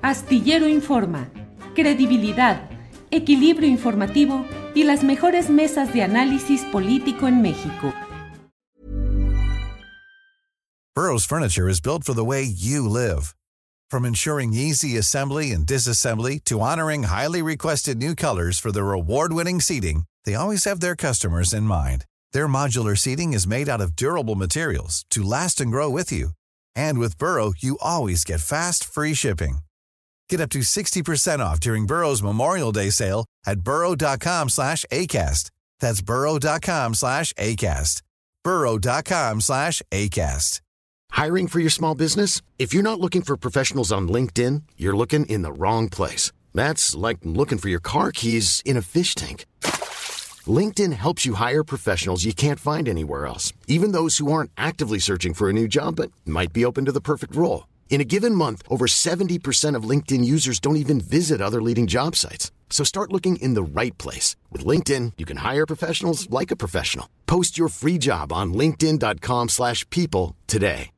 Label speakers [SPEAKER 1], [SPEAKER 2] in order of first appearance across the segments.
[SPEAKER 1] Astillero Informa, credibilidad, equilibrio informativo y las mejores mesas de análisis político en México.
[SPEAKER 2] Burrow's furniture is built for the way you live. From ensuring easy assembly and disassembly to honoring highly requested new colors for their award-winning seating, they always have their customers in mind. Their modular seating is made out of durable materials to last and grow with you. And with Burrow, you always get fast, free shipping. Get up to 60% off during Burrow's Memorial Day sale at burrow.com/ACAST. That's burrow.com/ACAST. burrow.com/ACAST.
[SPEAKER 3] Hiring for your small business? If you're not looking for professionals on LinkedIn, you're looking in the wrong place. That's like looking for your car keys in a fish tank. LinkedIn helps you hire professionals you can't find anywhere else, even those who aren't actively searching for a new job but might be open to the perfect role. In a given month, over 70% of LinkedIn users don't even visit other leading job sites. So start looking in the right place. With LinkedIn, you can hire professionals like a professional. Post your free job on linkedin.com/people today.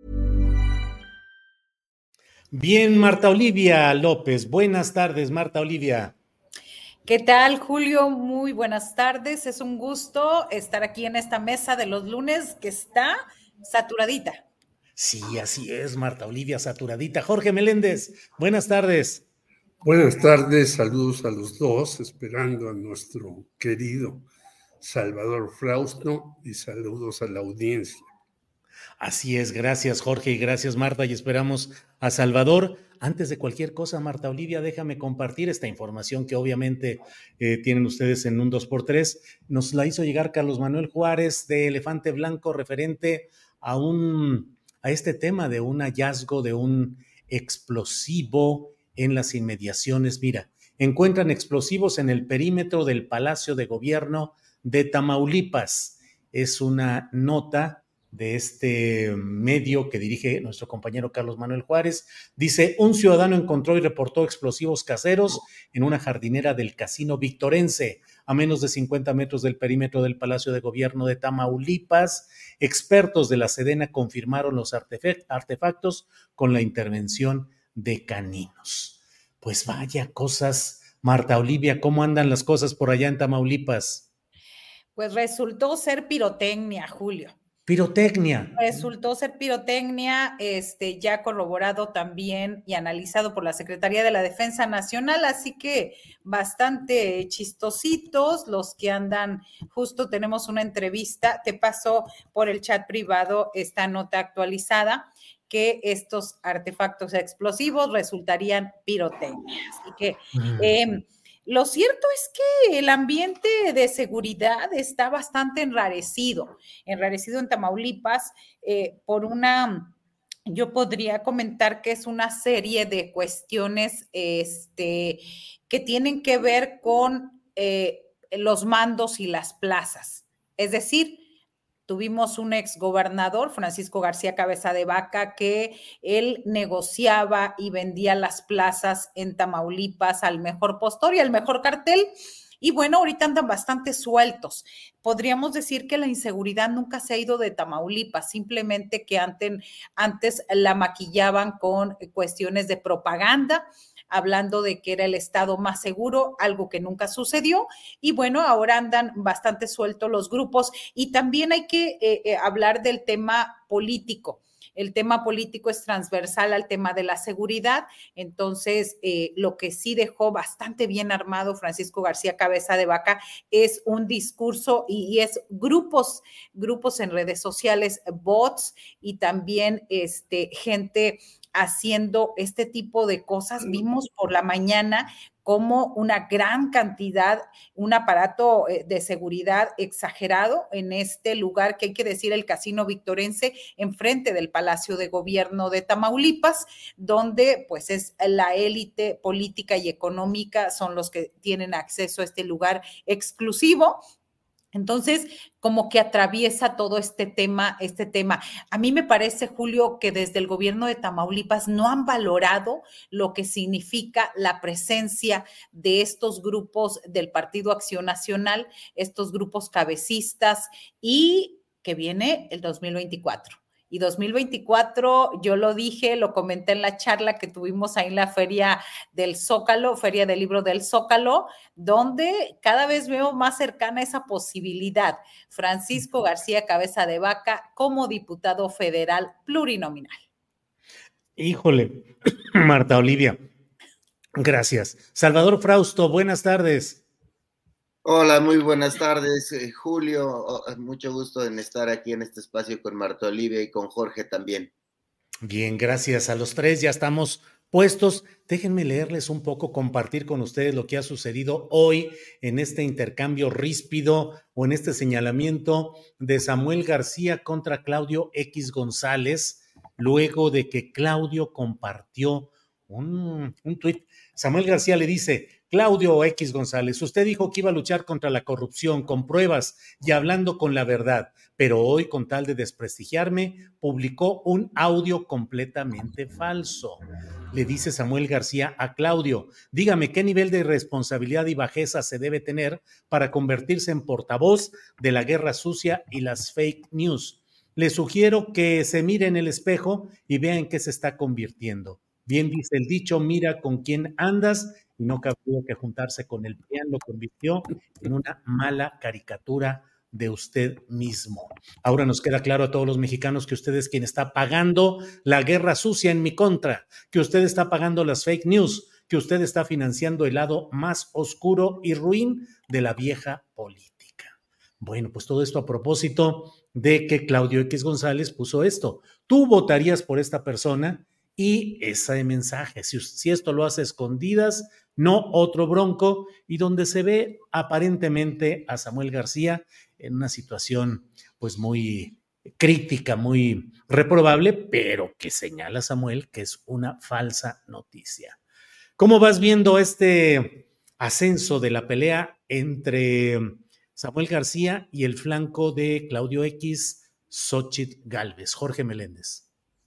[SPEAKER 4] Bien, Marta Olivia López. Buenas tardes, Marta Olivia.
[SPEAKER 5] ¿Qué tal, Julio? Muy buenas tardes. Es un gusto estar aquí en esta mesa de los lunes que está saturadita.
[SPEAKER 4] Sí, así es, Marta Olivia, saturadita. Jorge Meléndez, buenas tardes.
[SPEAKER 6] Buenas tardes, saludos a los dos, esperando a nuestro querido Salvador Frausto y saludos a la audiencia.
[SPEAKER 4] Así es, gracias Jorge y gracias Marta y esperamos a Salvador. Antes de cualquier cosa, Marta Olivia, déjame compartir esta información que obviamente tienen ustedes en un 2x3. Nos la hizo llegar Carlos Manuel Juárez de Elefante Blanco referente a este tema de un hallazgo de un explosivo en las inmediaciones. Mira, encuentran explosivos en el perímetro del Palacio de Gobierno de Tamaulipas. Es una nota de este medio que dirige nuestro compañero Carlos Manuel Juárez. Dice, un ciudadano encontró y reportó explosivos caseros en una jardinera del Casino Victorense, a menos de 50 metros del perímetro del Palacio de Gobierno de Tamaulipas. Expertos de la Sedena confirmaron los artefactos con la intervención de caninos. Pues vaya cosas, Marta Olivia, ¿cómo andan las cosas por allá en Tamaulipas?
[SPEAKER 5] Pues resultó ser pirotecnia, Julio.
[SPEAKER 4] Pirotecnia.
[SPEAKER 5] Resultó ser pirotecnia, ya corroborado también y analizado por la Secretaría de la Defensa Nacional, así que bastante chistositos los que andan. Justo tenemos una entrevista, te paso por el chat privado esta nota actualizada, que estos artefactos explosivos resultarían pirotecnia. Así que lo cierto es que el ambiente de seguridad está bastante enrarecido en Tamaulipas yo podría comentar que es una serie de cuestiones que tienen que ver con los mandos y las plazas. Es decir, tuvimos un exgobernador, Francisco García Cabeza de Vaca, que él negociaba y vendía las plazas en Tamaulipas al mejor postor y al mejor cartel. Y bueno, ahorita andan bastante sueltos. Podríamos decir que la inseguridad nunca se ha ido de Tamaulipas, simplemente que antes la maquillaban con cuestiones de propaganda, hablando de que era el estado más seguro, algo que nunca sucedió, y bueno, ahora andan bastante sueltos los grupos, y también hay que hablar del tema político. El tema político es transversal al tema de la seguridad, entonces lo que sí dejó bastante bien armado Francisco García Cabeza de Vaca es un discurso y es grupos en redes sociales, bots y también gente haciendo este tipo de cosas. Vimos por la mañana como una gran cantidad, un aparato de seguridad exagerado en este lugar que hay que decir el Casino Victorense, enfrente del Palacio de Gobierno de Tamaulipas, donde pues es la élite política y económica, son los que tienen acceso a este lugar exclusivo. Entonces, como que atraviesa todo este tema. A mí me parece, Julio, que desde el gobierno de Tamaulipas no han valorado lo que significa la presencia de estos grupos del Partido Acción Nacional, estos grupos cabecistas, y que viene el 2024. Y 2024, yo lo dije, lo comenté en la charla que tuvimos ahí en la Feria del Zócalo, Feria del Libro del Zócalo, donde cada vez veo más cercana esa posibilidad. Francisco García Cabeza de Vaca como diputado federal plurinominal.
[SPEAKER 4] Híjole, Marta Olivia, gracias. Salvador Frausto, buenas tardes.
[SPEAKER 7] Hola, muy buenas tardes, Julio. Mucho gusto en estar aquí en este espacio con Marta Olivia y con Jorge también.
[SPEAKER 4] Bien, gracias a los tres, ya estamos puestos. Déjenme leerles un poco, compartir con ustedes lo que ha sucedido hoy en este intercambio ríspido o en este señalamiento de Samuel García contra Claudio X González, luego de que Claudio compartió un tuit. Samuel García le dice: Claudio X González, usted dijo que iba a luchar contra la corrupción con pruebas y hablando con la verdad, pero hoy, con tal de desprestigiarme, publicó un audio completamente falso. Le dice Samuel García a Claudio: dígame qué nivel de responsabilidad y bajeza se debe tener para convertirse en portavoz de la guerra sucia y las fake news. Le sugiero que se mire en el espejo y vea en qué se está convirtiendo. Bien dice el dicho, mira con quién andas, y no cabría que juntarse con el PRIAN lo convirtió en una mala caricatura de usted mismo. Ahora nos queda claro a todos los mexicanos que usted es quien está pagando la guerra sucia en mi contra, que usted está pagando las fake news, que usted está financiando el lado más oscuro y ruin de la vieja política. Bueno, pues todo esto a propósito de que Claudio X González puso esto. Tú votarías por esta persona. Y ese mensaje, si esto lo hace escondidas, no otro bronco, y donde se ve aparentemente a Samuel García en una situación pues muy crítica, muy reprobable, pero que señala Samuel que es una falsa noticia. ¿Cómo vas viendo este ascenso de la pelea entre Samuel García y el flanco de Claudio X, Xóchitl Gálvez? Jorge Meléndez.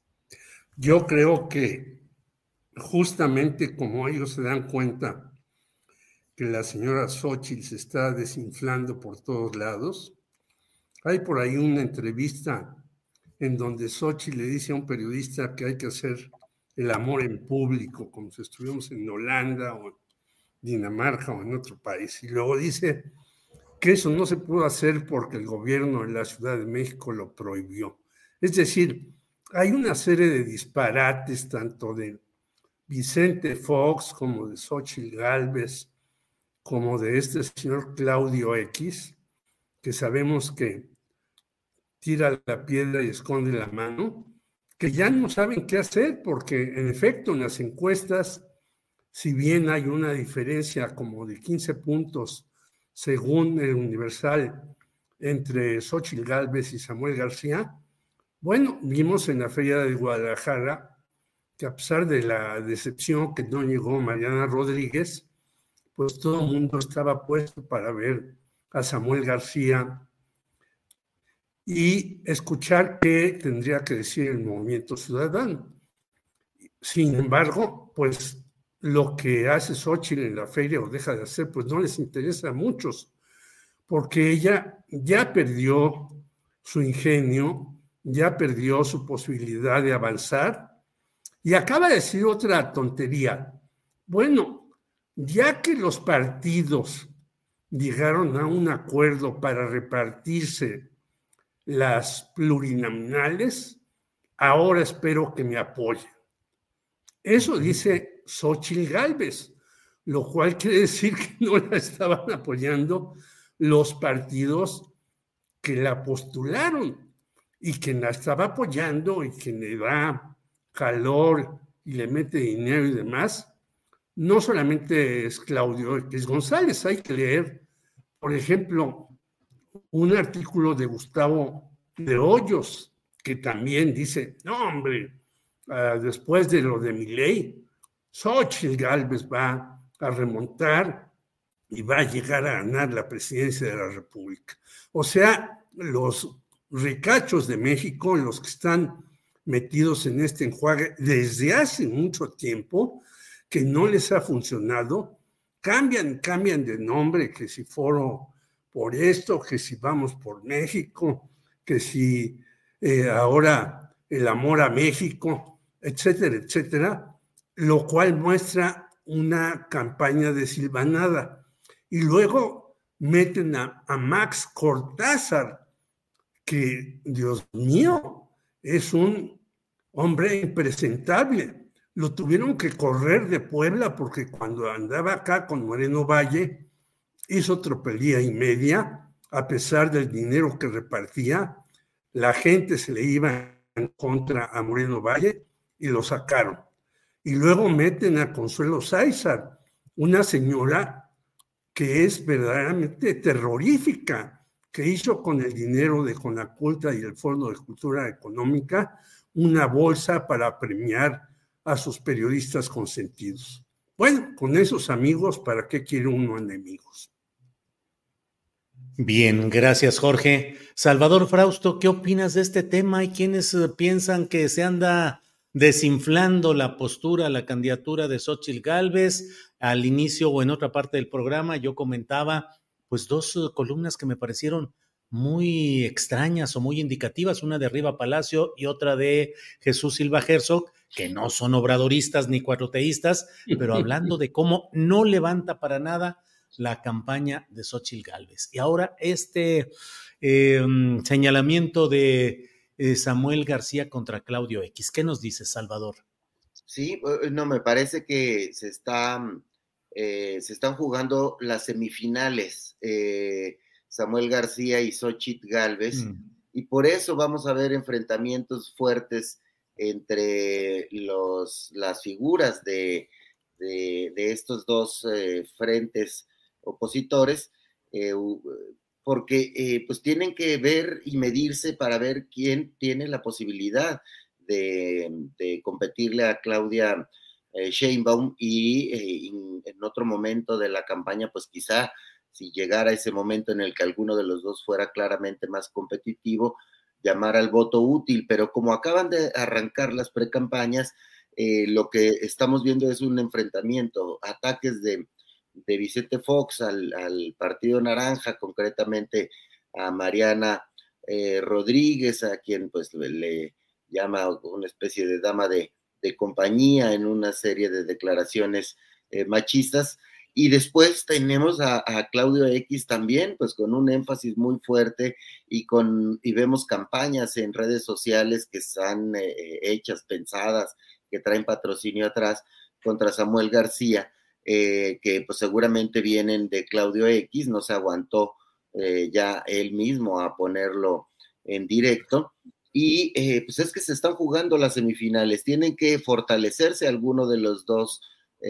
[SPEAKER 6] Yo creo que justamente como ellos se dan cuenta que la señora Xóchitl se está desinflando por todos lados, hay por ahí una entrevista en donde Xóchitl le dice a un periodista que hay que hacer el amor en público, como si estuviéramos en Holanda o Dinamarca o en otro país, y luego dice que eso no se pudo hacer porque el gobierno de la Ciudad de México lo prohibió. Es decir, hay una serie de disparates, tanto de Vicente Fox como de Xóchitl Gálvez, como de este señor Claudio X, que sabemos que tira la piedra y esconde la mano, que ya no saben qué hacer, porque en efecto en las encuestas, si bien hay una diferencia como de 15 puntos según el Universal entre Xóchitl Gálvez y Samuel García, bueno, vimos en la Feria de Guadalajara que a pesar de la decepción que no llegó Mariana Rodríguez, pues todo el mundo estaba puesto para ver a Samuel García y escuchar qué tendría que decir el Movimiento Ciudadano. Sin embargo, pues lo que hace Xóchitl en la feria o deja de hacer, pues no les interesa a muchos, porque ella ya perdió su ingenio, ya perdió su posibilidad de avanzar y acaba de decir otra tontería. Bueno, ya que los partidos llegaron a un acuerdo para repartirse las plurinominales, ahora espero que me apoyen. Eso dice Xóchitl Gálvez, lo cual quiere decir que no la estaban apoyando los partidos que la postularon, y quien la estaba apoyando y quien le da calor y le mete dinero y demás, no solamente es Claudio X González. Hay que leer, por ejemplo, un artículo de Gustavo de Hoyos, que también dice, no hombre, después de lo de Milei, Xóchitl Gálvez va a remontar y va a llegar a ganar la presidencia de la República. O sea, los ricachos de México, los que están metidos en este enjuague desde hace mucho tiempo, que no les ha funcionado, cambian de nombre, que si Foro por esto, que si Vamos por México, que si ahora el amor a México, etcétera, etcétera, lo cual muestra una campaña desilvanada. Y luego meten a Max Cortázar, que, Dios mío, es un hombre impresentable. Lo tuvieron que correr de Puebla porque cuando andaba acá con Moreno Valle hizo tropelía y media, a pesar del dinero que repartía. La gente se le iba en contra a Moreno Valle y lo sacaron. Y luego meten a Consuelo Sáizar, una señora que es verdaderamente terrorífica, que hizo con el dinero de Conaculta y el Fondo de Cultura Económica una bolsa para premiar a sus periodistas consentidos. Bueno, con esos amigos, ¿para qué quiere uno enemigos?
[SPEAKER 4] Bien, gracias, Jorge. Salvador Frausto, ¿qué opinas de este tema? Hay quienes piensan que se anda desinflando la postura, la candidatura de Xóchitl Gálvez. Al inicio o en otra parte del programa yo comentaba pues dos columnas que me parecieron muy extrañas o muy indicativas, una de Riva Palacio y otra de Jesús Silva Herzog, que no son obradoristas ni cuatroteístas, pero hablando de cómo no levanta para nada la campaña de Xóchitl Gálvez. Y ahora este señalamiento de Samuel García contra Claudio X. ¿Qué nos dice, Salvador?
[SPEAKER 7] Sí, no, me parece que se están jugando las semifinales, Samuel García y Xóchitl Gálvez, y por eso vamos a ver enfrentamientos fuertes entre las figuras de estos dos frentes opositores, porque pues tienen que ver y medirse para ver quién tiene la posibilidad de competirle a Claudia Sheinbaum y en otro momento de la campaña, pues quizá si llegara ese momento en el que alguno de los dos fuera claramente más competitivo, llamar al voto útil, pero como acaban de arrancar las precampañas, lo que estamos viendo es un enfrentamiento, ataques de Vicente Fox al Partido Naranja, concretamente a Mariana Rodríguez, a quien pues le llama una especie de dama de compañía en una serie de declaraciones machistas, y después tenemos a Claudio X también, pues con un énfasis muy fuerte y vemos campañas en redes sociales que están hechas, pensadas, que traen patrocinio atrás contra Samuel García, que pues seguramente vienen de Claudio X, no se aguantó ya él mismo a ponerlo en directo, y pues es que se están jugando las semifinales, tienen que fortalecerse alguno de los dos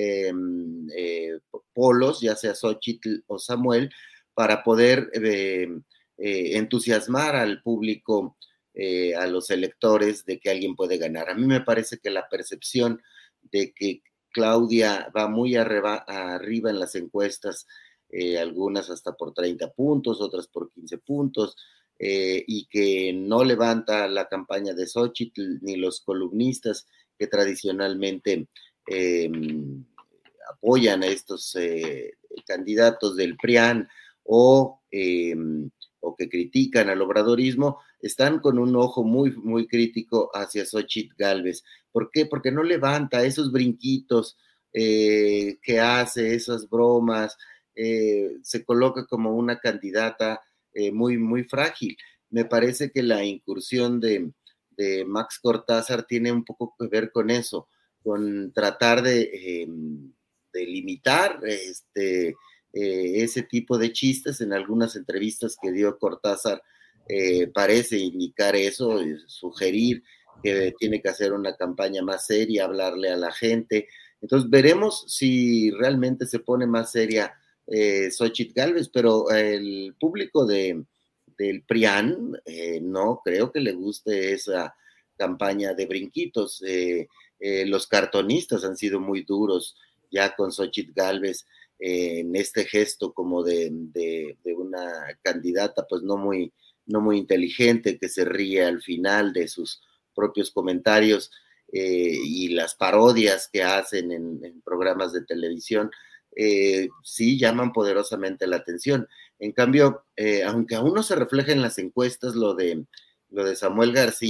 [SPEAKER 7] polos, ya sea Xóchitl o Samuel, para poder entusiasmar al público, a los electores de que alguien puede ganar. A mí me parece que la percepción de que Claudia va muy arriba en las encuestas, algunas hasta por 30 puntos, otras por 15 puntos, y que no levanta la campaña de Xóchitl ni los columnistas que tradicionalmente apoyan a estos candidatos del PRIAN o que critican al obradorismo, están con un ojo muy, muy crítico hacia Xóchitl Gálvez. ¿Por qué? Porque no levanta esos brinquitos que hace, esas bromas, se coloca como una candidata muy, muy frágil. Me parece que la incursión de Max Cortázar tiene un poco que ver con eso, con tratar de limitar ese tipo de chistes. En algunas entrevistas que dio Cortázar parece indicar eso, sugerir que tiene que hacer una campaña más seria, hablarle a la gente. Entonces veremos si realmente se pone más seria Xóchitl Gálvez, pero el público del PRIAN no creo que le guste esa campaña de brinquitos. Los cartonistas han sido muy duros ya con Xóchitl Gálvez en este gesto como de una candidata pues no muy inteligente, que se ríe al final de sus propios comentarios y las parodias que hacen en programas de televisión, sí llaman poderosamente la atención. En cambio, aunque aún no se refleja en las encuestas lo de Samuel García,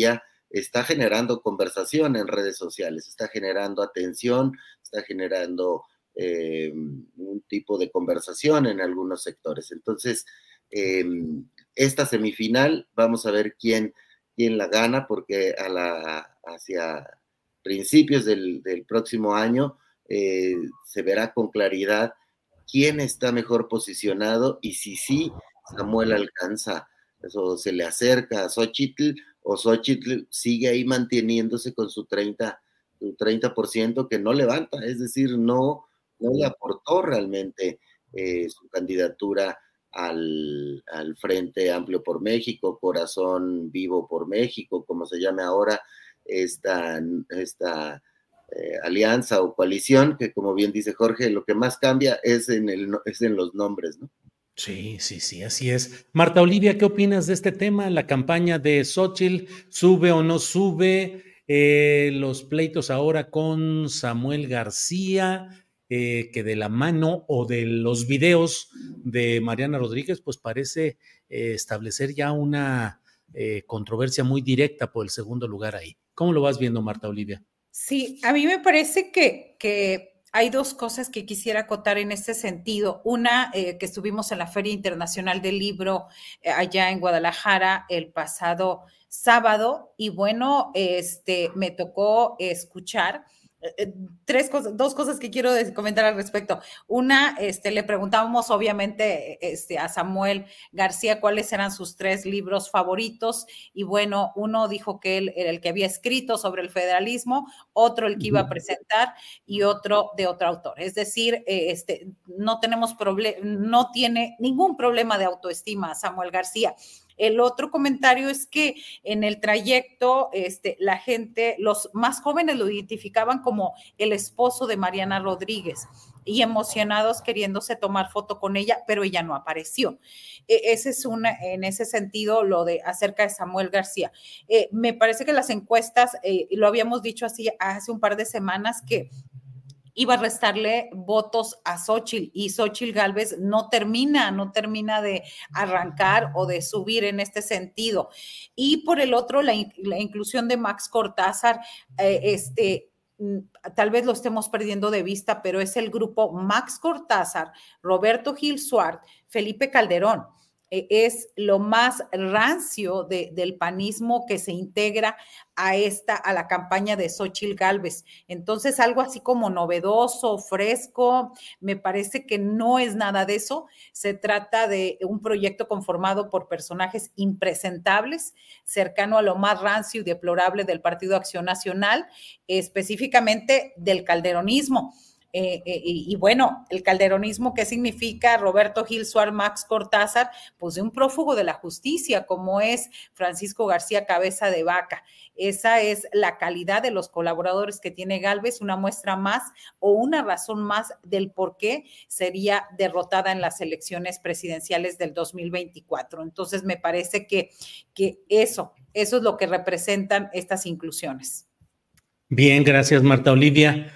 [SPEAKER 7] está generando conversación en redes sociales, está generando atención, está generando un tipo de conversación en algunos sectores. Entonces, esta semifinal, vamos a ver quién la gana, porque hacia principios del próximo año se verá con claridad quién está mejor posicionado y si sí Samuel alcanza, eso se le acerca a Xóchitl, o Xóchitl sigue ahí manteniéndose con su 30% que no levanta, es decir, no le aportó realmente su candidatura al Frente Amplio por México, Corazón Vivo por México, como se llame ahora, esta alianza o coalición, que como bien dice Jorge, lo que más cambia es en los nombres, ¿no?
[SPEAKER 4] Sí, así es. Marta Olivia, ¿qué opinas de este tema? La campaña de Xóchitl, ¿sube o no sube? Los pleitos ahora con Samuel García, que de la mano o de los videos de Mariana Rodríguez, pues parece establecer ya una controversia muy directa por el segundo lugar ahí. ¿Cómo lo vas viendo, Marta Olivia?
[SPEAKER 5] Sí, a mí me parece que hay dos cosas que quisiera acotar en este sentido. Una, que estuvimos en la Feria Internacional del Libro allá en Guadalajara el pasado sábado y bueno, me tocó escuchar dos cosas que quiero comentar al respecto. Una, le preguntábamos obviamente a Samuel García cuáles eran sus 3 libros favoritos y bueno, uno dijo que él era el que había escrito sobre el federalismo, otro el que iba a presentar y otro de otro autor. Es decir, no tiene ningún problema de autoestima Samuel García. El otro comentario es que en el trayecto, la gente, los más jóvenes lo identificaban como el esposo de Mariana Rodríguez y emocionados queriéndose tomar foto con ella, pero ella no apareció. Ese es en ese sentido lo de acerca de Samuel García. Me parece que las encuestas, lo habíamos dicho así hace un par de semanas, que iba a restarle votos a Xóchitl y Xóchitl Gálvez no termina de arrancar o de subir en este sentido. Y por el otro, la inclusión de Max Cortázar, tal vez lo estemos perdiendo de vista, pero es el grupo Max Cortázar, Roberto Gil Suart, Felipe Calderón. Es lo más rancio del panismo que se integra a la campaña de Xóchitl Gálvez. Entonces, algo así como novedoso, fresco, me parece que no es nada de eso. Se trata de un proyecto conformado por personajes impresentables, cercano a lo más rancio y deplorable del Partido Acción Nacional, específicamente del calderonismo. Y bueno, el calderonismo, ¿qué significa? Roberto Gil Suárez, Max Cortázar, pues de un prófugo de la justicia, como es Francisco García Cabeza de Vaca. Esa es la calidad de los colaboradores que tiene Gálvez, una muestra más o una razón más del por qué sería derrotada en las elecciones presidenciales del 2024. Entonces, me parece que eso es lo que representan estas inclusiones.
[SPEAKER 4] Bien, gracias, Marta Olivia.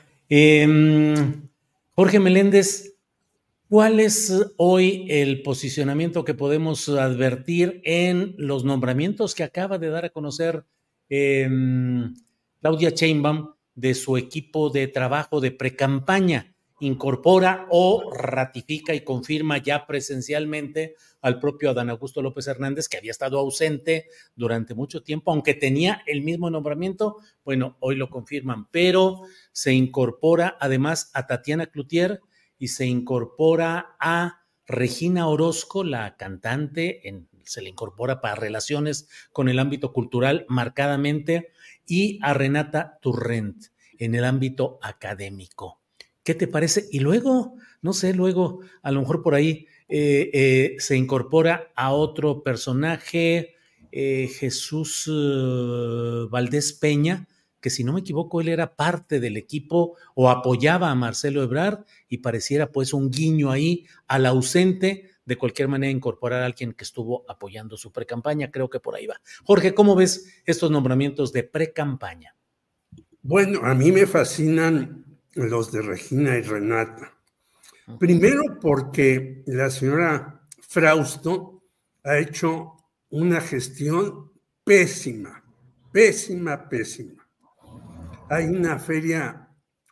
[SPEAKER 4] Jorge Meléndez, ¿cuál es hoy el posicionamiento que podemos advertir en los nombramientos que acaba de dar a conocer Claudia Sheinbaum de su equipo de trabajo de precampaña? Incorpora o ratifica y confirma ya presencialmente al propio Adán Augusto López Hernández, que había estado ausente durante mucho tiempo, aunque tenía el mismo nombramiento. Bueno, hoy lo confirman, pero se incorpora además a Tatiana Cloutier y se incorpora a Regina Orozco, la cantante, se le incorpora para relaciones con el ámbito cultural marcadamente, y a Renata Turrent en el ámbito académico. ¿Qué te parece? Y luego, no sé, a lo mejor por ahí se incorpora a otro personaje, Jesús Valdés Peña, que si no me equivoco, él era parte del equipo o apoyaba a Marcelo Ebrard y pareciera pues un guiño ahí al ausente. De cualquier manera, incorporar a alguien que estuvo apoyando su precampaña, creo que por ahí va. Jorge, ¿cómo ves estos nombramientos de precampaña?
[SPEAKER 6] Bueno, a mí me fascinan los de Regina y Renata. Primero porque la señora Frausto ha hecho una gestión pésima pésima, pésima. Hay una feria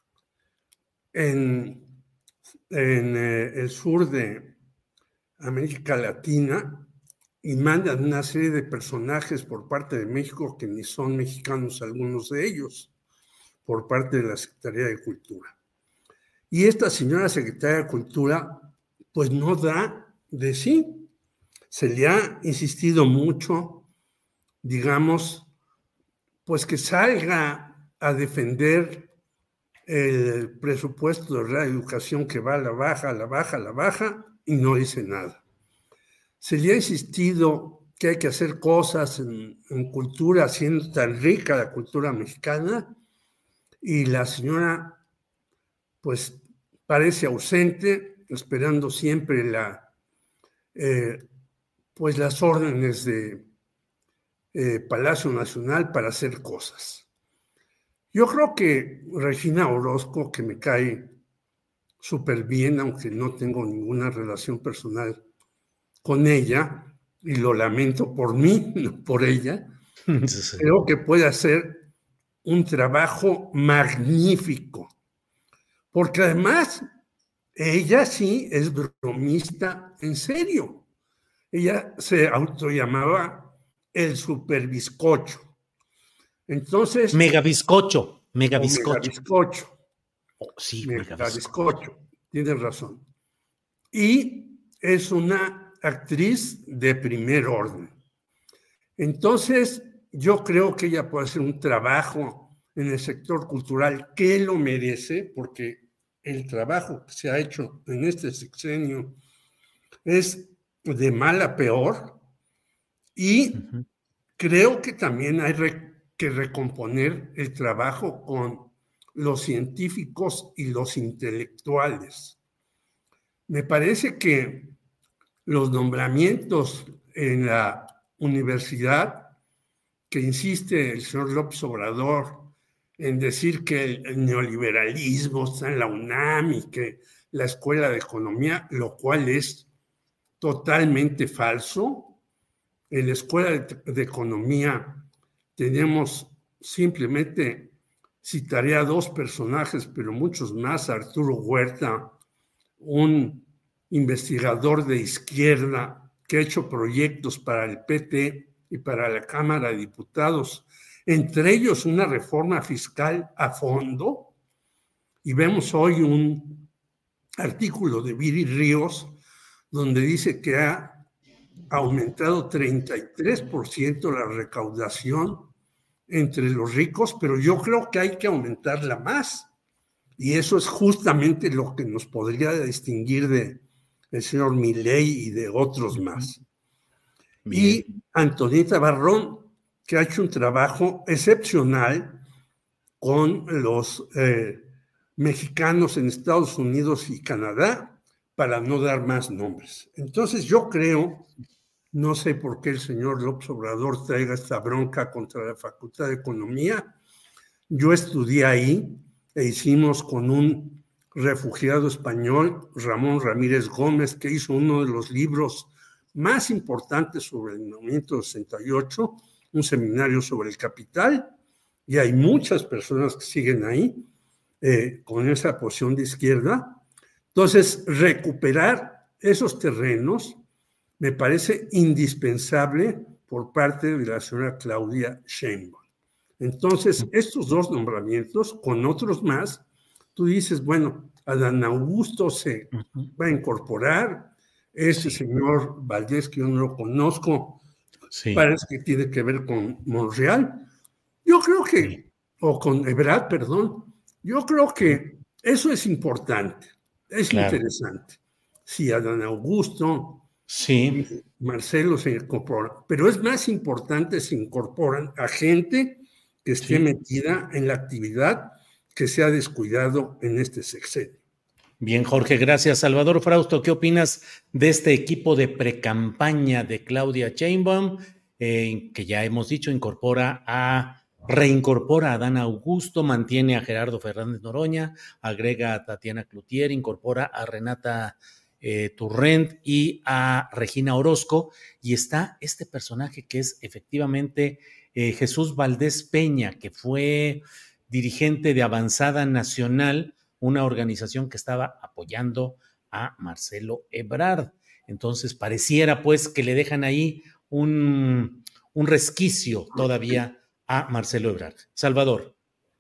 [SPEAKER 6] en el sur de América Latina y mandan una serie de personajes por parte de México que ni son mexicanos algunos de ellos, por parte de la Secretaría de Cultura. Y esta señora secretaria de Cultura pues no da de sí. Se le ha insistido mucho, digamos, pues que salga a defender el presupuesto de reeducación que va a la baja, y no dice nada. Se le ha insistido que hay que hacer cosas en cultura, siendo tan rica la cultura mexicana, y la señora pues parece ausente, esperando siempre pues las órdenes de Palacio Nacional para hacer cosas. Yo creo que Regina Orozco, que me cae súper bien, aunque no tengo ninguna relación personal con ella, y lo lamento por mí, no por ella, sí. Creo que puede hacer un trabajo magnífico, porque además ella sí es bromista en serio. Ella se autollamaba el superbizcocho. Entonces...
[SPEAKER 4] Megabizcocho.
[SPEAKER 6] Megabizcocho.
[SPEAKER 4] Oh, sí,
[SPEAKER 6] Megabizcocho. Tienes razón. Y es una actriz de primer orden. Entonces, yo creo que ella puede hacer un trabajo en el sector cultural que lo merece, porque el trabajo que se ha hecho en este sexenio es de mal a peor, y creo que también hay que recomponer el trabajo con los científicos y los intelectuales. Me parece que los nombramientos en la universidad, que insiste el señor López Obrador en decir que el neoliberalismo está en la UNAM y que la Escuela de Economía, lo cual es totalmente falso. En la Escuela de Economía tenemos simplemente, citaré a dos personajes, pero muchos más: Arturo Huerta, un investigador de izquierda que ha hecho proyectos para el PT y para la Cámara de Diputados, entre ellos una reforma fiscal a fondo, y vemos hoy un artículo de Viri Ríos donde dice que ha aumentado 33% la recaudación entre los ricos, pero yo creo que hay que aumentarla más, y eso es justamente lo que nos podría distinguir del señor Milei y de otros más. Bien. Y Antonieta Barrón, que ha hecho un trabajo excepcional con los mexicanos en Estados Unidos y Canadá, para no dar más nombres. Entonces yo creo, no sé por qué el señor López Obrador traiga esta bronca contra la Facultad de Economía. Yo estudié ahí e hicimos con un refugiado español, Ramón Ramírez Gómez, que hizo uno de los libros más importantes sobre el movimiento 68, un seminario sobre el capital, y hay muchas personas que siguen ahí con esa posición de izquierda. Entonces, recuperar esos terrenos me parece indispensable por parte de la señora Claudia Sheinbaum. Entonces, estos dos nombramientos, con otros más, tú dices, bueno, Adán Augusto se va a incorporar, señor Valdés, que yo no lo conozco, parece que tiene que ver con Monreal. Yo creo que, o con Ebrard, perdón, yo creo que eso es importante, es interesante. Sí, Adán Augusto, Marcelo se incorpora, pero es más importante se incorporan a gente que esté metida en la actividad que se ha descuidado en este sexenio.
[SPEAKER 4] Bien, Jorge, gracias. Salvador Frausto, ¿qué opinas de este equipo de precampaña de Claudia Sheinbaum, que ya hemos dicho reincorpora a Adán Augusto, mantiene a Gerardo Fernández Noroña, agrega a Tatiana Cloutier, incorpora a Renata Turrent y a Regina Orozco, y está este personaje que es efectivamente Jesús Valdés Peña, que fue dirigente de Avanzada Nacional, una organización que estaba apoyando a Marcelo Ebrard. Entonces, pareciera pues que le dejan ahí un resquicio todavía a Marcelo Ebrard. Salvador.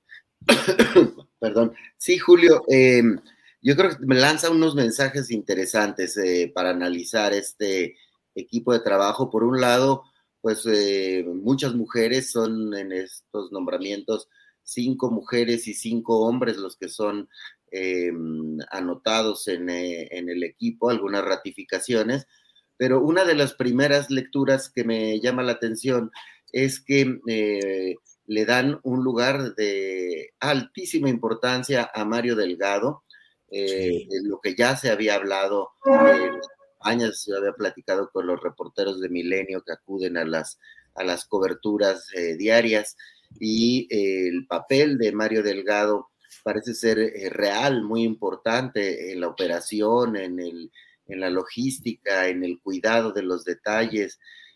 [SPEAKER 7] Perdón. Sí, Julio, yo creo que me lanza unos mensajes interesantes para analizar este equipo de trabajo. Por un lado, pues muchas mujeres son en estos nombramientos, 5 mujeres y 5 hombres los que son anotados en el equipo, algunas ratificaciones, pero una de las primeras lecturas que me llama la atención es que le dan un lugar de altísima importancia a Mario Delgado, de lo que ya se había hablado años, se había platicado con los reporteros de Milenio que acuden a las coberturas diarias, y el papel de Mario Delgado parece ser real, muy importante en la operación, en la logística, en el cuidado de los detalles.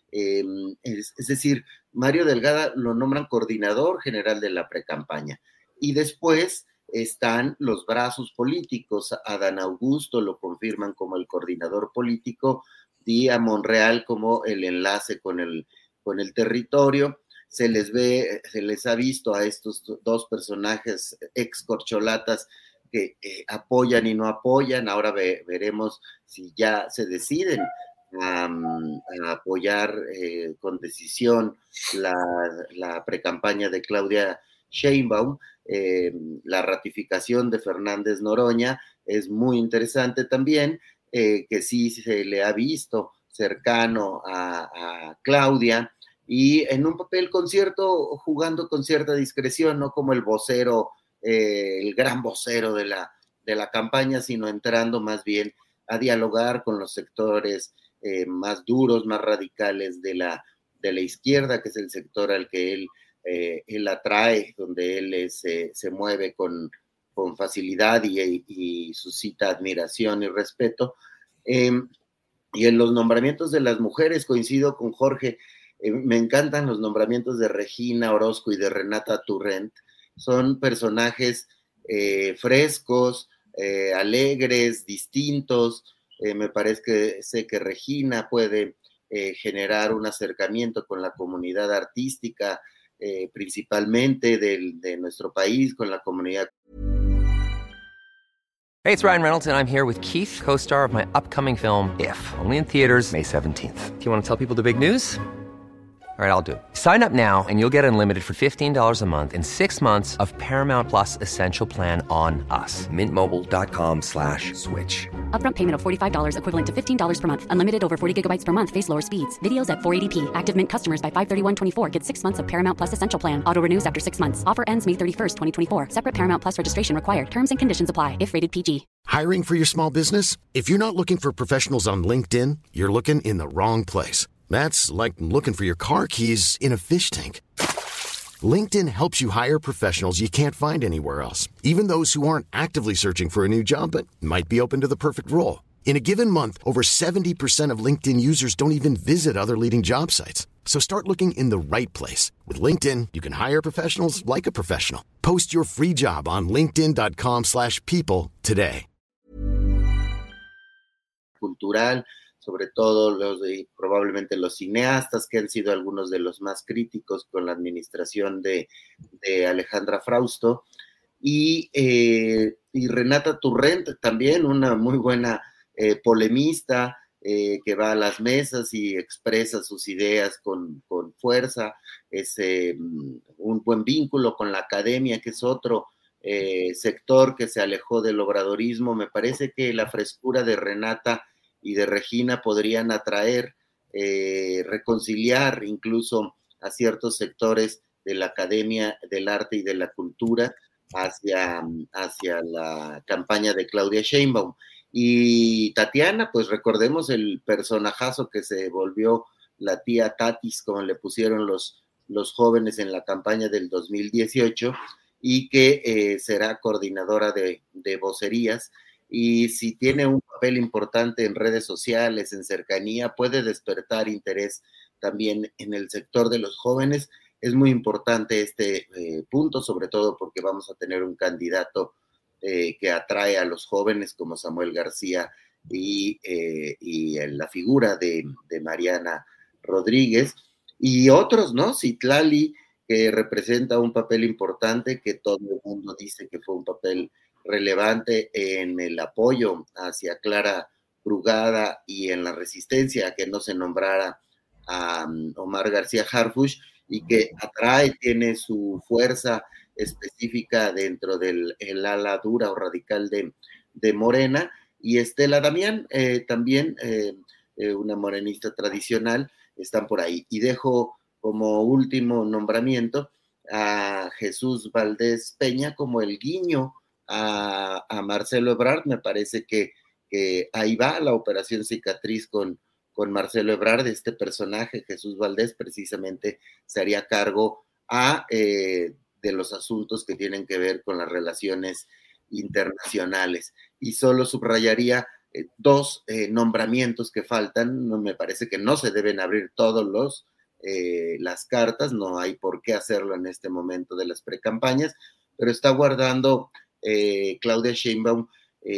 [SPEAKER 7] Es decir, Mario Delgado lo nombran coordinador general de la precampaña, y después están los brazos políticos. Adán Augusto lo confirman como el coordinador político, y a Monreal como el enlace con el territorio. Se les ha visto a estos 2 personajes ex corcholatas que apoyan y no apoyan. Ahora veremos si ya se deciden a apoyar con decisión la precampaña de Claudia Sheinbaum. La ratificación de Fernández Noroña es muy interesante también, que sí se le ha visto cercano a Claudia, y en un papel jugando con cierta discreción, no como el vocero, el gran vocero de la campaña, sino entrando más bien a dialogar con los sectores más duros, más radicales de la izquierda, que es el sector al que él atrae, donde él se mueve con facilidad y suscita admiración y respeto. Y en los nombramientos de las mujeres coincido con Jorge. Me encantan los nombramientos de Regina Orozco y de Renata Turrent. Son personajes frescos, alegres, distintos. Me parece que Regina puede generar un acercamiento con la comunidad artística, principalmente de nuestro país, con la comunidad.
[SPEAKER 8] Hey, it's Ryan Reynolds, and I'm here with Keith, co-star of my upcoming film, If, only in theaters May 17th. Do you want to tell people the big news? All right, I'll do it. Sign up now and you'll get unlimited for $15 a month and 6 months of Paramount Plus Essential Plan on us. MintMobile.com/switch.
[SPEAKER 9] Upfront payment of $45 equivalent to $15 per month. Unlimited over 40 gigabytes per month. Face lower speeds. Videos at 480p. Active Mint customers by 531.24 get 6 months of Paramount Plus Essential Plan. Auto renews after 6 months. Offer ends May 31st, 2024. Separate Paramount Plus registration required. Terms and conditions apply if rated PG.
[SPEAKER 3] Hiring for your small business? If you're not looking for professionals on LinkedIn, you're looking in the wrong place. That's like looking for your car keys in a fish tank. LinkedIn helps you hire professionals you can't find anywhere else, even those who aren't actively searching for a new job but might be open to the perfect role. In a given month, over 70% of LinkedIn users don't even visit other leading job sites. So start looking in the right place. With LinkedIn, you can hire professionals like a professional. Post your free job on linkedin.com/people today.
[SPEAKER 7] Cultural, sobre todo probablemente los cineastas, que han sido algunos de los más críticos con la administración de Alejandra Frausto, y Renata Turrent, también una muy buena polemista, que va a las mesas y expresa sus ideas con fuerza. Es un buen vínculo con la academia, que es otro sector que se alejó del obradorismo. Me parece que la frescura de Renata y de Regina podrían atraer, reconciliar incluso a ciertos sectores de la academia del arte y de la cultura hacia la campaña de Claudia Sheinbaum. Y Tatiana, pues recordemos el personajazo que se volvió la tía Tatis, como le pusieron los jóvenes en la campaña del 2018, y que será coordinadora de vocerías. Y si tiene un papel importante en redes sociales, en cercanía, puede despertar interés también en el sector de los jóvenes. Es muy importante este punto, sobre todo porque vamos a tener un candidato que atrae a los jóvenes como Samuel García y la figura de Mariana Rodríguez y otros, ¿no? Citlali, que representa un papel importante, que todo el mundo dice que fue un papel relevante en el apoyo hacia Clara Brugada y en la resistencia a que no se nombrara a Omar García Harfuch, y que atrae, tiene su fuerza específica dentro del ala dura o radical de Morena, y Estela Damián, también una morenista tradicional, están por ahí. Y dejo como último nombramiento a Jesús Valdés Peña como el guiño a Marcelo Ebrard. Me parece que ahí va la operación cicatriz con Marcelo Ebrard. Este personaje, Jesús Valdés, precisamente se haría cargo de los asuntos que tienen que ver con las relaciones internacionales. Y solo subrayaría dos nombramientos que faltan. No, me parece que no se deben abrir todos las cartas, no hay por qué hacerlo en este momento de las precampañas, pero está guardando Claudia Sheinbaum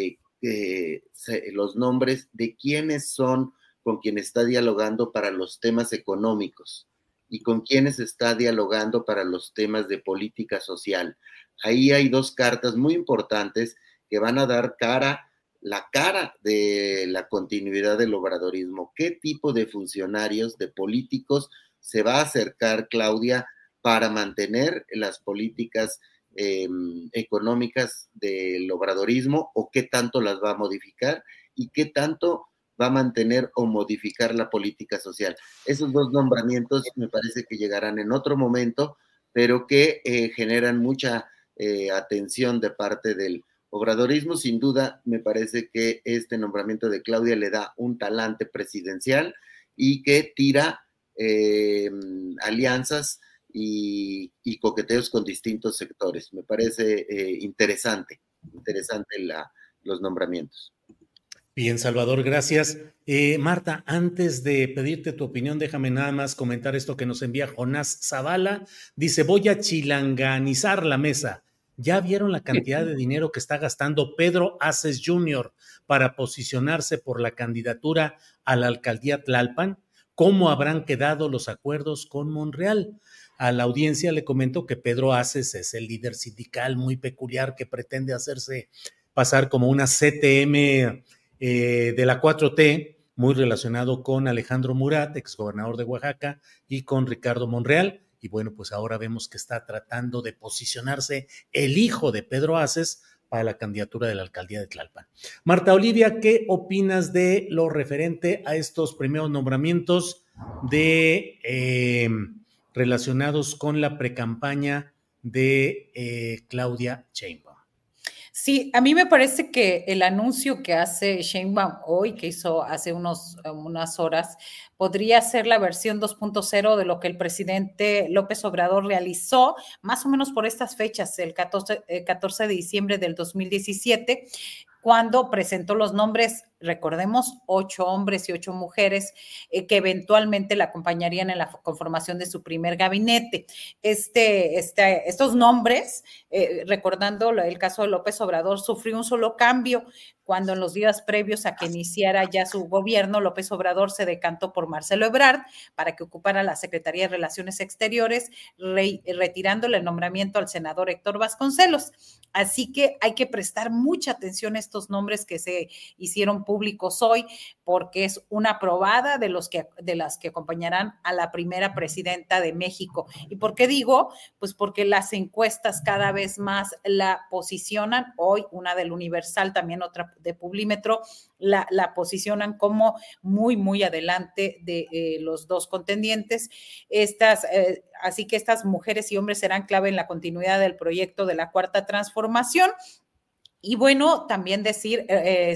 [SPEAKER 7] los nombres de quiénes son con quien está dialogando para los temas económicos y con quienes está dialogando para los temas de política social. Ahí hay dos cartas muy importantes que van a dar la cara de la continuidad del obradorismo. ¿Qué tipo de funcionarios, de políticos se va a acercar Claudia para mantener las políticas económicas del obradorismo, o qué tanto las va a modificar y qué tanto va a mantener o modificar la política social? Esos dos nombramientos me parece que llegarán en otro momento, pero que generan mucha atención de parte del obradorismo. Sin duda, me parece que este nombramiento de Claudia le da un talante presidencial y que tira alianzas y coqueteos con distintos sectores. Me parece interesante los nombramientos.
[SPEAKER 4] Bien, Salvador, gracias. Marta, antes de pedirte tu opinión, déjame nada más comentar esto que nos envía Jonás Zavala. Dice, voy a chilanganizar la mesa. ¿Ya vieron la cantidad de dinero que está gastando Pedro Aces Jr. para posicionarse por la candidatura a la alcaldía Tlalpan? ¿Cómo habrán quedado los acuerdos con Monreal? A la audiencia le comento que Pedro Aces es el líder sindical muy peculiar que pretende hacerse pasar como una CTM de la 4T, muy relacionado con Alejandro Murat, exgobernador de Oaxaca, y con Ricardo Monreal. Y bueno, pues ahora vemos que está tratando de posicionarse el hijo de Pedro Aces para la candidatura de la alcaldía de Tlalpan. Marta Olivia, ¿qué opinas de lo referente a estos primeros nombramientos relacionados con la precampaña de Claudia Sheinbaum?
[SPEAKER 5] Sí, a mí me parece que el anuncio que hace Sheinbaum hoy, que hizo hace unas horas, podría ser la versión 2.0 de lo que el presidente López Obrador realizó más o menos por estas fechas, el 14 de diciembre del 2017, cuando presentó los nombres, recordemos, 8 hombres y 8 mujeres que eventualmente la acompañarían en la conformación de su primer gabinete. Estos nombres, recordando el caso de López Obrador, sufrió un solo cambio cuando en los días previos a que iniciara ya su gobierno, López Obrador se decantó por Marcelo Ebrard para que ocupara la Secretaría de Relaciones Exteriores, retirándole el nombramiento al senador Héctor Vasconcelos. Así que hay que prestar mucha atención a estos nombres que se hicieron públicos hoy, porque es una probada de las que acompañarán a la primera presidenta de México. ¿Y por qué digo? Pues porque las encuestas cada vez más la posicionan. Hoy una del Universal, también otra de Publímetro, la posicionan como muy, muy adelante de los dos contendientes. Así que estas mujeres y hombres serán clave en la continuidad del proyecto de la Cuarta Transformación. Y bueno, también decir,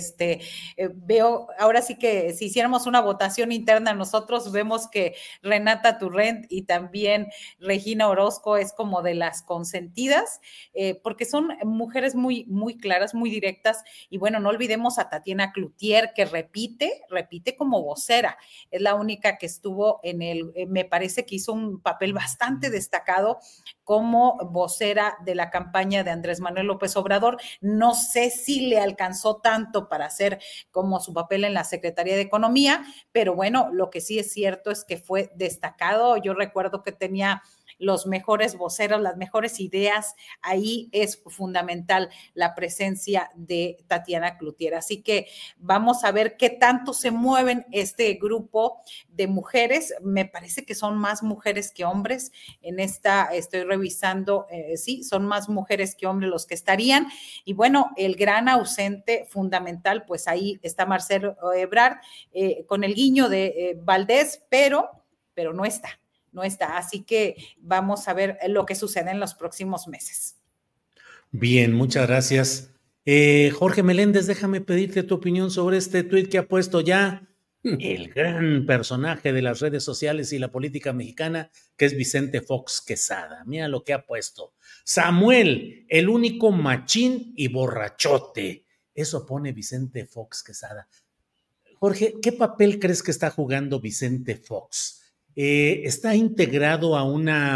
[SPEAKER 5] veo, ahora sí que si hiciéramos una votación interna, nosotros vemos que Renata Turrent y también Regina Orozco es como de las consentidas, porque son mujeres muy, muy claras, muy directas. Y bueno, no olvidemos a Tatiana Cloutier, que repite como vocera. Es la única que estuvo me parece que hizo un papel bastante destacado como vocera de la campaña de Andrés Manuel López Obrador. No sé si le alcanzó tanto para hacer como su papel en la Secretaría de Economía, pero bueno, lo que sí es cierto es que fue destacado. Yo recuerdo que tenía los mejores voceros, las mejores ideas. Ahí es fundamental la presencia de Tatiana Cloutier. Así que vamos a ver qué tanto se mueven este grupo de mujeres. Me parece que son más mujeres que hombres. En esta estoy revisando, sí, son más mujeres que hombres los que estarían. Y bueno, el gran ausente fundamental, pues ahí está Marcelo Ebrard, con el guiño de Valdés, pero no está. Así que vamos a ver lo que sucede en los próximos meses.
[SPEAKER 4] Bien, muchas gracias. Jorge Meléndez, déjame pedirte tu opinión sobre este tuit que ha puesto ya el gran personaje de las redes sociales y la política mexicana, que es Vicente Fox Quesada. Mira lo que ha puesto. Samuel, el único machín y borrachote. Eso pone Vicente Fox Quesada. Jorge, ¿qué papel crees que está jugando Vicente Fox? ¿Está integrado a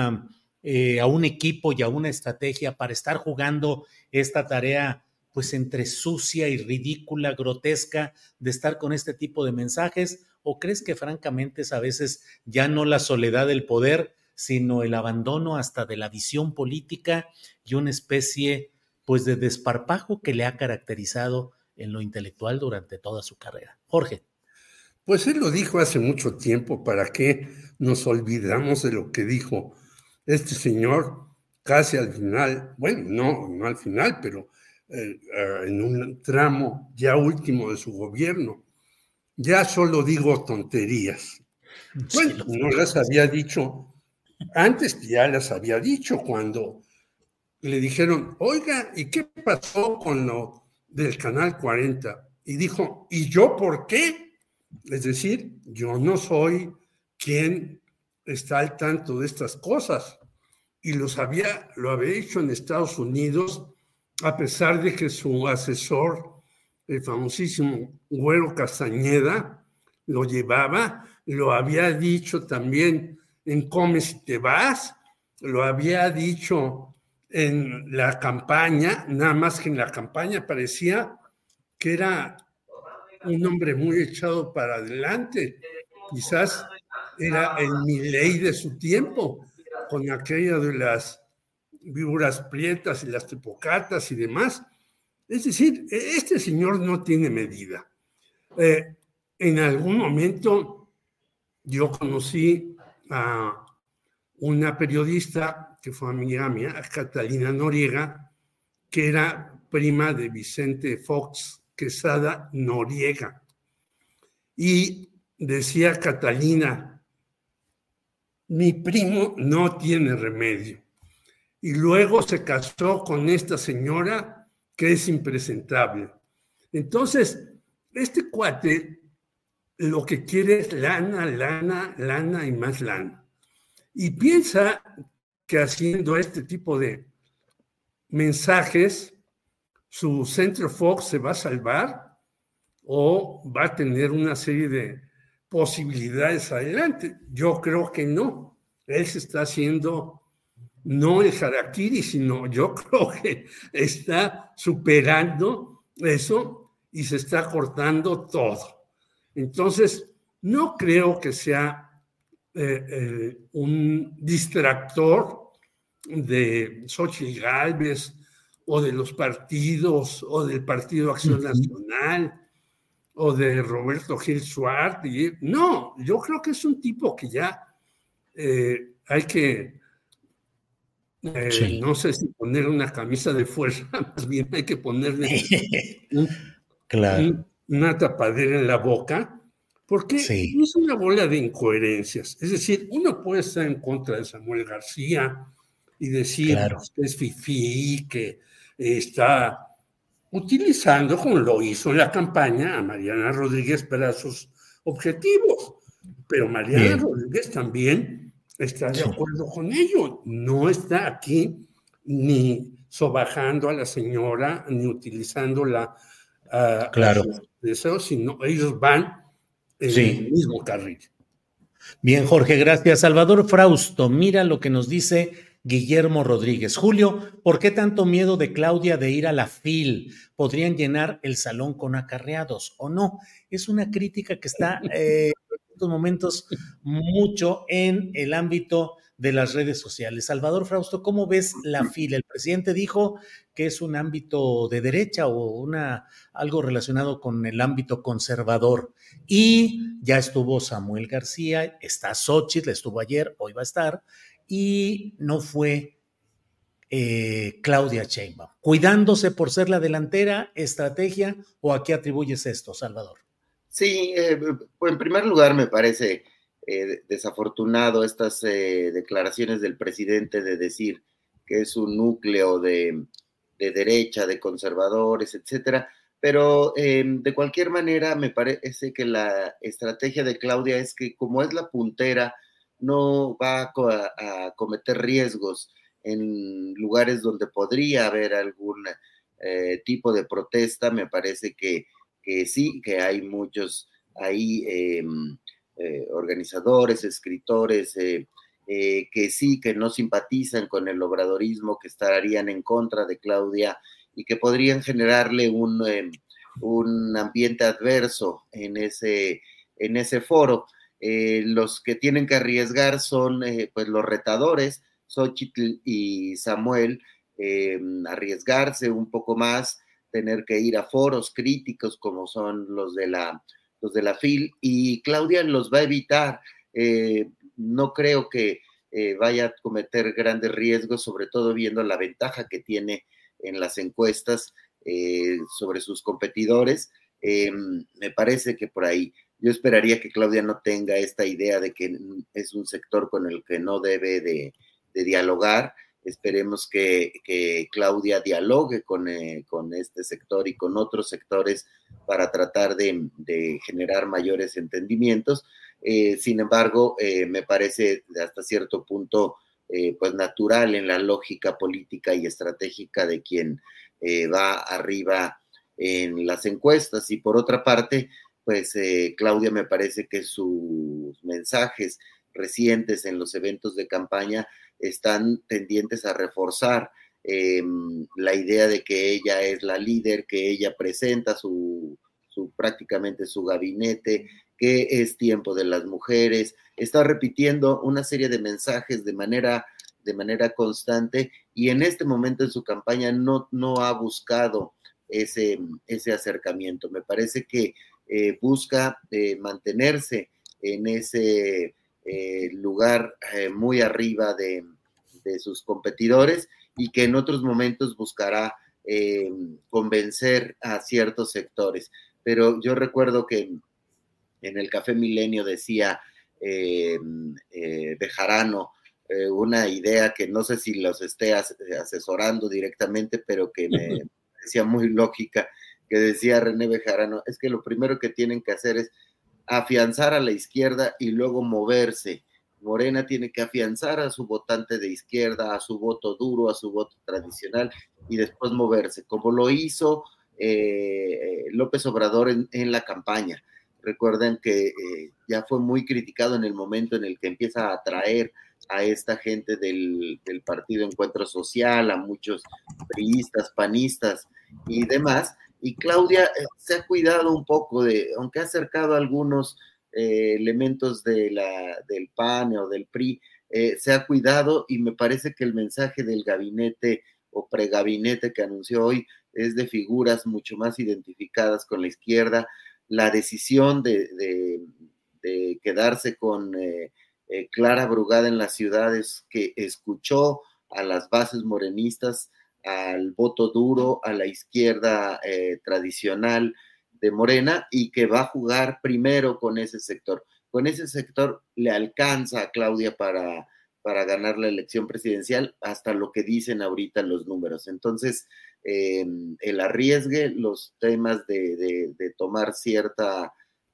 [SPEAKER 4] un equipo y a una estrategia para estar jugando esta tarea pues entre sucia y ridícula, grotesca, de estar con este tipo de mensajes? ¿O crees que francamente es a veces ya no la soledad del poder, sino el abandono hasta de la visión política y una especie pues de desparpajo que le ha caracterizado en lo intelectual durante toda su carrera? Jorge.
[SPEAKER 6] Pues él lo dijo hace mucho tiempo. ¿Para qué nos olvidamos de lo que dijo este señor casi al final? Bueno, no al final, pero en un tramo ya último de su gobierno. Ya solo digo tonterías. Bueno, no las había dicho antes, ya las había dicho cuando le dijeron, oiga, ¿y qué pasó con lo del Canal 40? Y dijo, ¿y yo por qué? Es decir, yo no soy quien está al tanto de estas cosas. Y lo había hecho en Estados Unidos, a pesar de que su asesor, el famosísimo Güero Castañeda, lo llevaba. Lo había dicho también en Come si te vas, lo había dicho en la campaña, nada más que en la campaña parecía que era un hombre muy echado para adelante. Quizás era el Milei de su tiempo, con aquello de las víboras prietas y las tepocatas y demás. Es decir, este señor no tiene medida. En algún momento yo conocí a una periodista que fue amiga mía, Catalina Noriega, que era prima de Vicente Fox Quesada Noriega. Y decía Catalina, mi primo no tiene remedio. Y luego se casó con esta señora que es impresentable. Entonces, este cuate lo que quiere es lana, lana, lana y más lana. Y piensa que haciendo este tipo de mensajes, su Centro Fox se va a salvar o va a tener una serie de posibilidades adelante. Yo creo que no. Él se está haciendo no el harakiri, sino yo creo que está superando eso y se está cortando todo. Entonces, no creo que sea un distractor de Xochitl Gálvez o de los partidos o del Partido Acción Nacional o de Roberto Gil Suárez. No, yo creo que es un tipo que ya hay que, no sé si poner una camisa de fuerza, más bien hay que ponerle una tapadera en la boca, porque es una bola de incoherencias. Es decir, uno puede estar en contra de Samuel García y decir que es fifí, que está utilizando, como lo hizo en la campaña, a Mariana Rodríguez para sus objetivos. Pero Mariana Rodríguez también está de acuerdo con ello. No está aquí ni sobajando a la señora, ni utilizándola a sus deseos, sino ellos van en el mismo carril.
[SPEAKER 4] Bien, Jorge, gracias. Salvador Frausto, mira lo que nos dice Guillermo Rodríguez. Julio, ¿por qué tanto miedo de Claudia de ir a la FIL? ¿Podrían llenar el salón con acarreados o no? Es una crítica que está en estos momentos mucho en el ámbito de las redes sociales. Salvador Frausto, ¿cómo ves la FIL? El presidente dijo que es un ámbito de derecha o algo relacionado con el ámbito conservador. Y ya estuvo Samuel García, está Xóchitl, estuvo ayer, hoy va a estar, y no fue Claudia Sheinbaum. ¿Cuidándose por ser la delantera, estrategia, o a qué atribuyes esto, Salvador?
[SPEAKER 7] Sí, pues en primer lugar me parece desafortunado estas declaraciones del presidente de decir que es un núcleo de derecha, de conservadores, etcétera, pero de cualquier manera me parece que la estrategia de Claudia es que como es la puntera, no va a cometer riesgos en lugares donde podría haber algún tipo de protesta. Me parece que sí, que hay muchos ahí organizadores, escritores, que sí, que no simpatizan con el obradorismo, que estarían en contra de Claudia y que podrían generarle un ambiente adverso en ese foro. Los que tienen que arriesgar son pues los retadores, Xóchitl y Samuel, arriesgarse un poco más, tener que ir a foros críticos como son los de la FIL, y Claudia los va a evitar. No creo que vaya a cometer grandes riesgos, sobre todo viendo la ventaja que tiene en las encuestas sobre sus competidores. Me parece que por ahí yo esperaría que Claudia no tenga esta idea de que es un sector con el que no debe de dialogar. Esperemos que Claudia dialogue con este sector y con otros sectores para tratar de generar mayores entendimientos. Sin embargo, me parece hasta cierto punto pues natural en la lógica política y estratégica de quien va arriba en las encuestas. Y por otra parte, pues Claudia, me parece que sus mensajes recientes en los eventos de campaña están tendientes a reforzar la idea de que ella es la líder, que ella presenta prácticamente su gabinete, que es tiempo de las mujeres. Está repitiendo una serie de mensajes de manera constante, y en este momento en su campaña no ha buscado ese acercamiento. Me parece que busca mantenerse en ese lugar muy arriba de sus competidores, y que en otros momentos buscará convencer a ciertos sectores. Pero yo recuerdo que en el Café Milenio decía Bejarano una idea que no sé si los esté asesorando directamente, pero que me parecía muy lógica, que decía René Bejarano: es que lo primero que tienen que hacer es afianzar a la izquierda y luego moverse. Morena tiene que afianzar a su votante de izquierda, a su voto duro, a su voto tradicional, y después moverse, como lo hizo López Obrador en la campaña. Recuerden que ya fue muy criticado en el momento en el que empieza a atraer a esta gente del Partido Encuentro Social, a muchos priistas, panistas y demás. Y Claudia se ha cuidado un poco aunque ha acercado algunos elementos del PAN o del PRI, se ha cuidado, y me parece que el mensaje del gabinete o pregabinete que anunció hoy es de figuras mucho más identificadas con la izquierda. La decisión de quedarse con Clara Brugada en las ciudades, que escuchó a las bases morenistas, al voto duro, a la izquierda tradicional de Morena, y que va a jugar primero con ese sector. Con ese sector le alcanza a Claudia para ganar la elección presidencial, hasta lo que dicen ahorita los números. Entonces, el arriesgue, los temas de tomar ciertos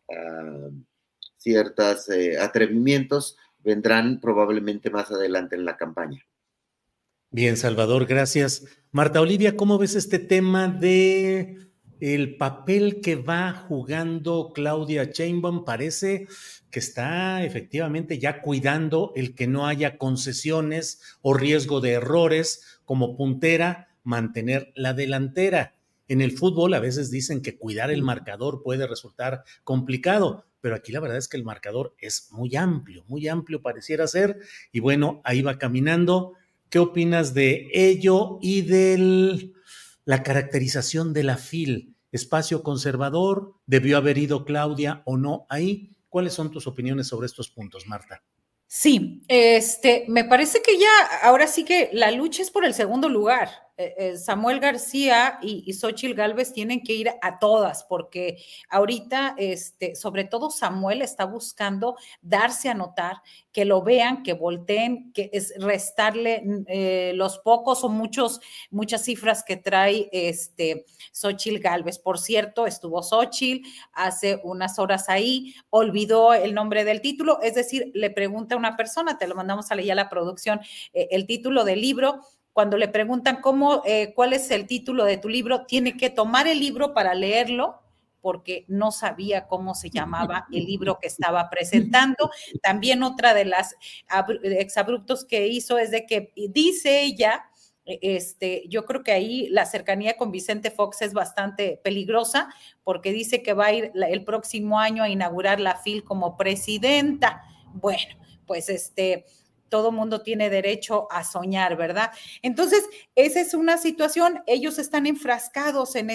[SPEAKER 7] atrevimientos vendrán probablemente más adelante en la campaña.
[SPEAKER 4] Bien, Salvador, gracias. Marta Olivia, ¿cómo ves este tema de el papel que va jugando Claudia Sheinbaum? Parece que está efectivamente ya cuidando el que no haya concesiones o riesgo de errores como puntera, mantener la delantera. En el fútbol a veces dicen que cuidar el marcador puede resultar complicado, pero aquí la verdad es que el marcador es muy amplio pareciera ser, y bueno, ahí va caminando. ¿Qué opinas de ello y de la caracterización de la FIL? ¿Espacio conservador? ¿Debió haber ido Claudia o no ahí? ¿Cuáles son tus opiniones sobre estos puntos, Marta?
[SPEAKER 5] Sí, me parece que ya, ahora sí que la lucha es por el segundo lugar. Samuel García y Xóchitl Gálvez tienen que ir a todas, porque ahorita, sobre todo Samuel está buscando darse a notar, que lo vean, que volteen, que es restarle los pocos o muchas cifras que trae Xóchitl Gálvez. Por cierto, estuvo Xóchitl hace unas horas ahí, olvidó el nombre del título, es decir, le pregunta a una persona, te lo mandamos a leer a la producción, el título del libro. Cuando le preguntan cuál es el título de tu libro, tiene que tomar el libro para leerlo, porque no sabía cómo se llamaba el libro que estaba presentando. También otra de las exabruptos que hizo es de que dice ella, yo creo que ahí la cercanía con Vicente Fox es bastante peligrosa, porque dice que va a ir el próximo año a inaugurar la FIL como presidenta. Bueno, pues todo mundo tiene derecho a soñar, ¿verdad? Entonces, esa es una situación, ellos están enfrascados en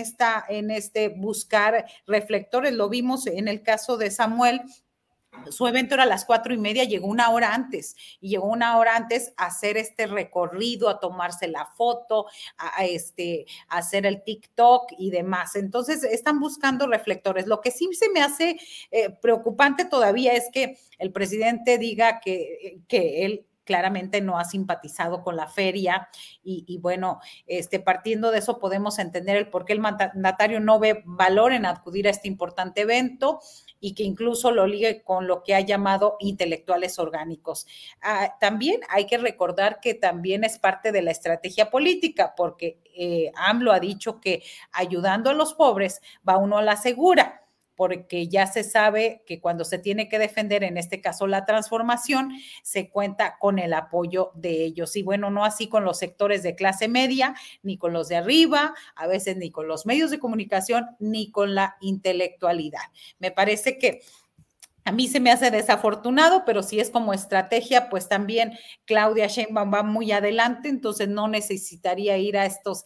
[SPEAKER 5] buscar reflectores, lo vimos en el caso de Samuel. Su evento era a las 4:30, llegó una hora antes a hacer este recorrido, a tomarse la foto, a hacer el TikTok y demás. Entonces, están buscando reflectores. Lo que sí se me hace preocupante todavía es que el presidente diga que él claramente no ha simpatizado con la feria y bueno, partiendo de eso podemos entender el por qué el mandatario no ve valor en acudir a este importante evento y que incluso lo ligue con lo que ha llamado intelectuales orgánicos. También hay que recordar que también es parte de la estrategia política, porque AMLO ha dicho que ayudando a los pobres va uno a la segura, porque ya se sabe que cuando se tiene que defender, en este caso la transformación, se cuenta con el apoyo de ellos. Y bueno, no así con los sectores de clase media, ni con los de arriba, a veces ni con los medios de comunicación, ni con la intelectualidad. Me parece que a mí se me hace desafortunado, pero si es como estrategia, pues también Claudia Sheinbaum va muy adelante, entonces no necesitaría ir a estos.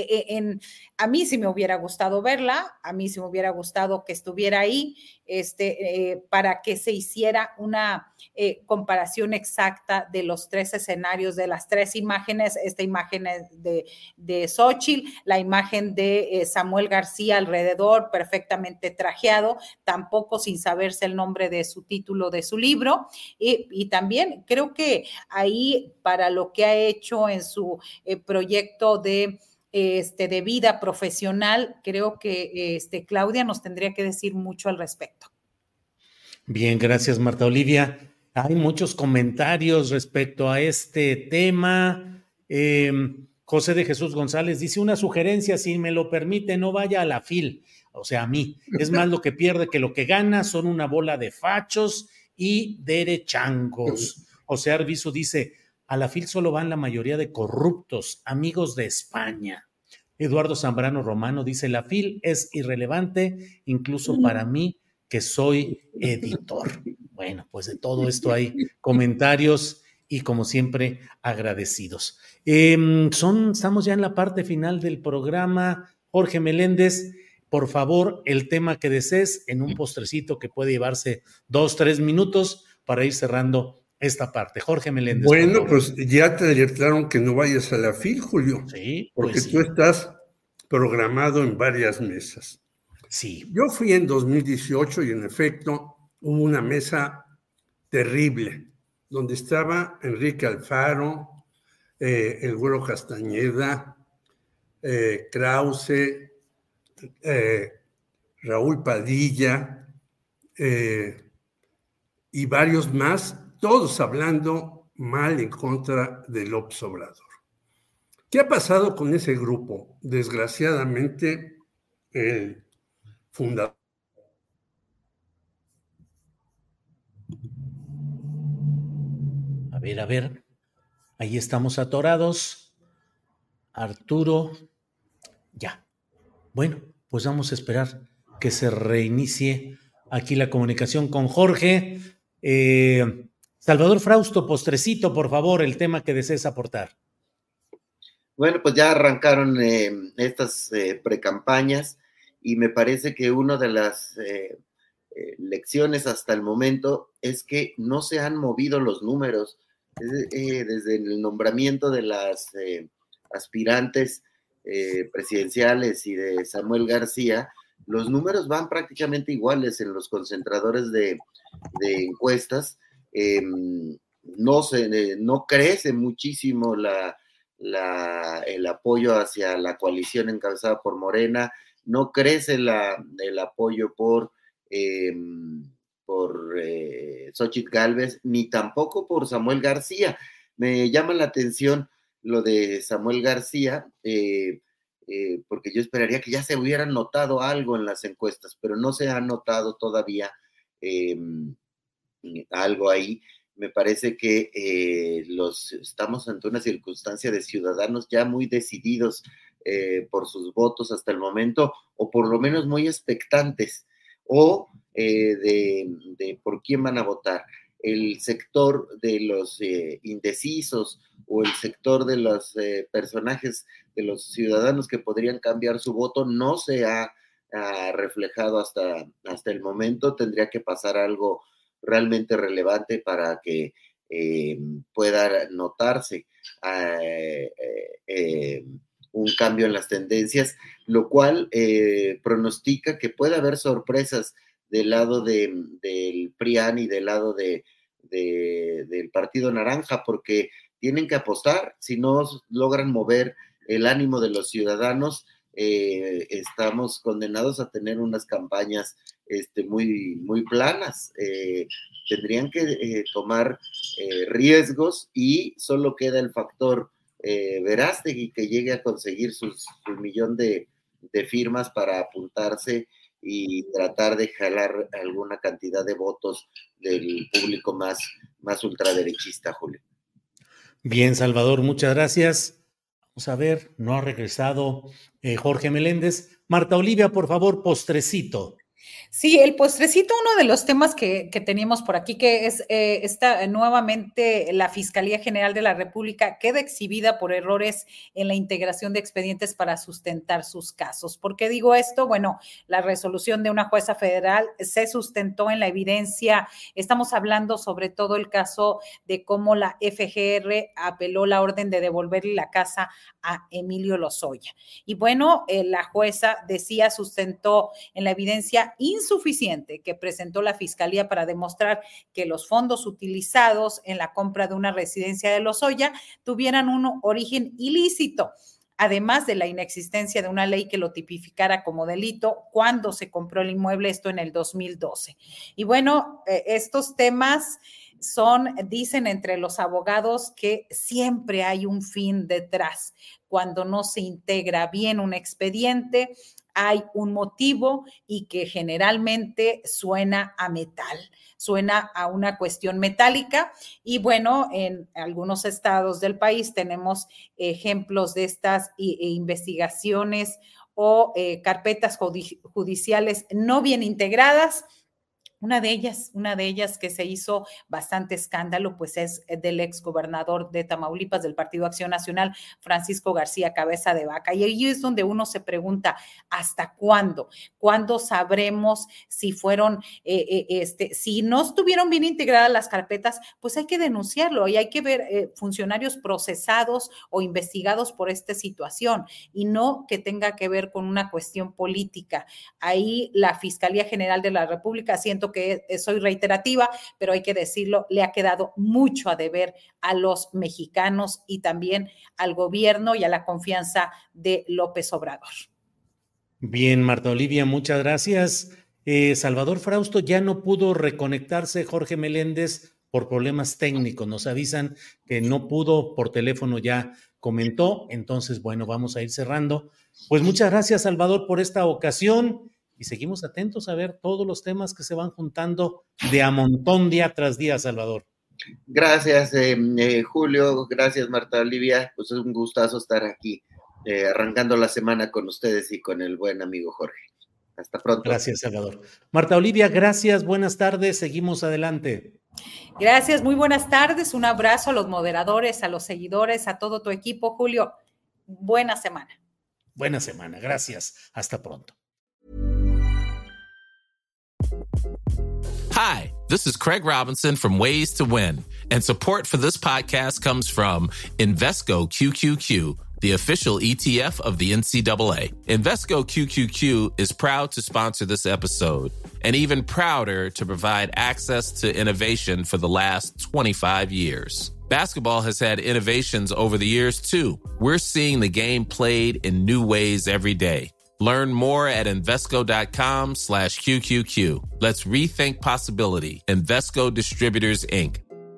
[SPEAKER 5] A mí sí me hubiera gustado verla, a mí sí me hubiera gustado que estuviera ahí, para que se hiciera una comparación exacta de los tres escenarios, de las tres imágenes, esta imagen de Xóchitl, la imagen de Samuel García alrededor, perfectamente trajeado, tampoco sin saberse el nombre de su título de su libro, y también creo que ahí para lo que ha hecho en su proyecto de vida profesional, creo que Claudia nos tendría que decir mucho al respecto.
[SPEAKER 4] Bien, gracias, Marta Olivia. Hay muchos comentarios respecto a este tema. José de Jesús González dice: una sugerencia, si me lo permite, no vaya a la FIL, o sea, a mí. Es más lo que pierde que lo que gana, son una bola de fachos y derechangos. José Arbizu dice: a la FIL solo van la mayoría de corruptos, amigos de España. Eduardo Zambrano Romano dice: la FIL es irrelevante, incluso para mí, que soy editor. Bueno, pues de todo esto hay comentarios y como siempre agradecidos. Estamos ya en la parte final del programa. Jorge Meléndez, por favor, el tema que desees en un postrecito que puede llevarse 2-3 minutos para ir cerrando esta parte. Jorge Meléndez.
[SPEAKER 6] Bueno, pues ya te alertaron que no vayas a la FIL, Julio.
[SPEAKER 4] Sí,
[SPEAKER 6] porque
[SPEAKER 4] pues sí.
[SPEAKER 6] Tú estás programado en varias mesas.
[SPEAKER 4] Sí.
[SPEAKER 6] Yo fui en 2018 y en efecto hubo una mesa terrible, donde estaba Enrique Alfaro, el Güero Castañeda, Krause, Raúl Padilla y varios más, todos hablando mal en contra de López Obrador. ¿Qué ha pasado con ese grupo? Desgraciadamente, el fundador.
[SPEAKER 4] A ver, ahí estamos atorados. Arturo, ya. Bueno, pues vamos a esperar que se reinicie aquí la comunicación con Jorge. Salvador Frausto, postrecito, por favor, el tema que desees aportar.
[SPEAKER 7] Bueno, pues ya arrancaron estas precampañas y me parece que una de las lecciones hasta el momento es que no se han movido los números desde el nombramiento de las aspirantes presidenciales y de Samuel García. Los números van prácticamente iguales en los concentradores de encuestas. No crece muchísimo el apoyo hacia la coalición encabezada por Morena, no crece el apoyo por Xóchitl Gálvez, ni tampoco por Samuel García. Me llama la atención lo de Samuel García, porque yo esperaría que ya se hubiera notado algo en las encuestas, pero no se ha notado todavía algo ahí. Me parece que estamos ante una circunstancia de ciudadanos ya muy decididos por sus votos hasta el momento, o por lo menos muy expectantes, o de por quién van a votar. El sector de los indecisos o el sector de los personajes, de los ciudadanos que podrían cambiar su voto, no se ha reflejado hasta el momento. Tendría que pasar algo realmente relevante para que pueda notarse un cambio en las tendencias, lo cual pronostica que puede haber sorpresas del lado del PRIAN y del lado del Partido Naranja, porque tienen que apostar. Si no logran mover el ánimo de los ciudadanos, estamos condenados a tener unas campañas muy, muy planas. Tendrían que tomar riesgos, y solo queda el factor Verástegui, que llegue a conseguir su millón de firmas para apuntarse y tratar de jalar alguna cantidad de votos del público más ultraderechista, Julio.
[SPEAKER 4] Bien, Salvador, muchas gracias. Vamos a ver, no ha regresado Jorge Meléndez. Marta Olivia, por favor, postrecito.
[SPEAKER 5] Sí, el postrecito, uno de los temas que teníamos por aquí, que es nuevamente la Fiscalía General de la República queda exhibida por errores en la integración de expedientes para sustentar sus casos. ¿Por qué digo esto? Bueno, la resolución de una jueza federal se sustentó en la evidencia. Estamos hablando sobre todo el caso de cómo la FGR apeló la orden de devolverle la casa a Emilio Lozoya. Y bueno, la jueza sustentó en la evidencia insuficiente que presentó la Fiscalía para demostrar que los fondos utilizados en la compra de una residencia de Lozoya tuvieran un origen ilícito, además de la inexistencia de una ley que lo tipificara como delito cuando se compró el inmueble, esto en el 2012. Y bueno, estos temas dicen entre los abogados que siempre hay un fin detrás. Cuando no se integra bien un expediente, hay un motivo, y que generalmente suena a metal, suena a una cuestión metálica. Y bueno, en algunos estados del país tenemos ejemplos de estas investigaciones o carpetas judiciales no bien integradas. Una de ellas que se hizo bastante escándalo, pues es del exgobernador de Tamaulipas del Partido Acción Nacional, Francisco García Cabeza de Vaca. Y ahí es donde uno se pregunta, ¿hasta cuándo? ¿Cuándo sabremos si fueron, si no estuvieron bien integradas las carpetas? Pues hay que denunciarlo y hay que ver funcionarios procesados o investigados por esta situación, y no que tenga que ver con una cuestión política. Ahí la Fiscalía General de la República, siento que soy reiterativa, pero hay que decirlo, le ha quedado mucho a deber a los mexicanos y también al gobierno y a la confianza de López Obrador.
[SPEAKER 4] Bien, Marta Olivia, muchas gracias. Salvador Frausto ya no pudo reconectarse, Jorge Meléndez, por problemas técnicos. Nos avisan que no pudo, por teléfono ya comentó. Entonces, bueno, vamos a ir cerrando. Pues muchas gracias, Salvador, por esta ocasión y seguimos atentos a ver todos los temas que se van juntando de a montón día tras día, Salvador.
[SPEAKER 7] Gracias, Julio. Gracias, Marta Olivia. Pues es un gustazo estar aquí, arrancando la semana con ustedes y con el buen amigo Jorge. Hasta pronto.
[SPEAKER 4] Gracias, Salvador. Marta Olivia, gracias, buenas tardes, seguimos adelante.
[SPEAKER 5] Gracias, muy buenas tardes, un abrazo a los moderadores, a los seguidores, a todo tu equipo, Julio. Buena semana.
[SPEAKER 4] Buena semana, gracias. Hasta pronto.
[SPEAKER 10] Hi, this is Craig Robinson from Ways to Win, and support for this podcast comes from Invesco QQQ, the official ETF of the NCAA. Invesco QQQ is proud to sponsor this episode, and even prouder to provide access to innovation for the last 25 years. Basketball has had innovations over the years, too. We're seeing the game played in new ways every day. Learn more at Invesco.com/QQQ. Let's rethink possibility. Invesco Distributors, Inc.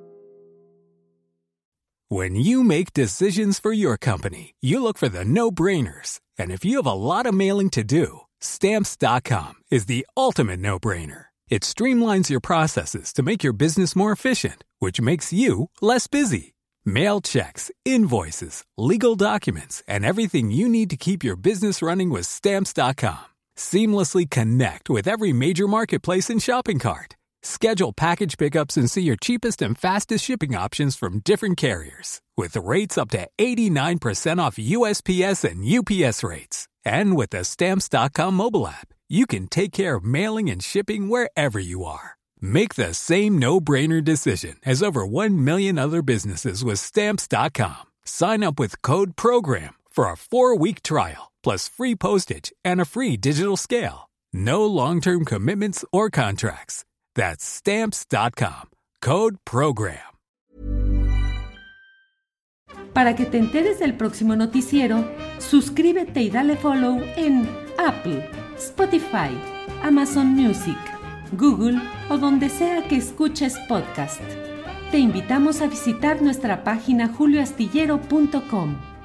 [SPEAKER 11] When you make decisions for your company, you look for the no-brainers. And if you have a lot of mailing to do, Stamps.com is the ultimate no-brainer. It streamlines your processes to make your business more efficient, which makes you less busy. Mail checks, invoices, legal documents, and everything you need to keep your business running with Stamps.com. Seamlessly connect with every major marketplace and shopping cart. Schedule package pickups and see your cheapest and fastest shipping options from different carriers, with rates up to 89% off USPS and UPS rates. And with the Stamps.com mobile app, you can take care of mailing and shipping wherever you are. Make the same no-brainer decision as over 1 million other businesses with Stamps.com. Sign up with code PROGRAM for a 4-week trial, plus free postage and a free digital scale. No long-term commitments or contracts. That's Stamps.com. Code PROGRAM.
[SPEAKER 1] Para que te enteres del próximo noticiero, suscríbete y dale follow en Apple, Spotify, Amazon Music, Google o donde sea que escuches podcast. Te invitamos a visitar nuestra página julioastillero.com.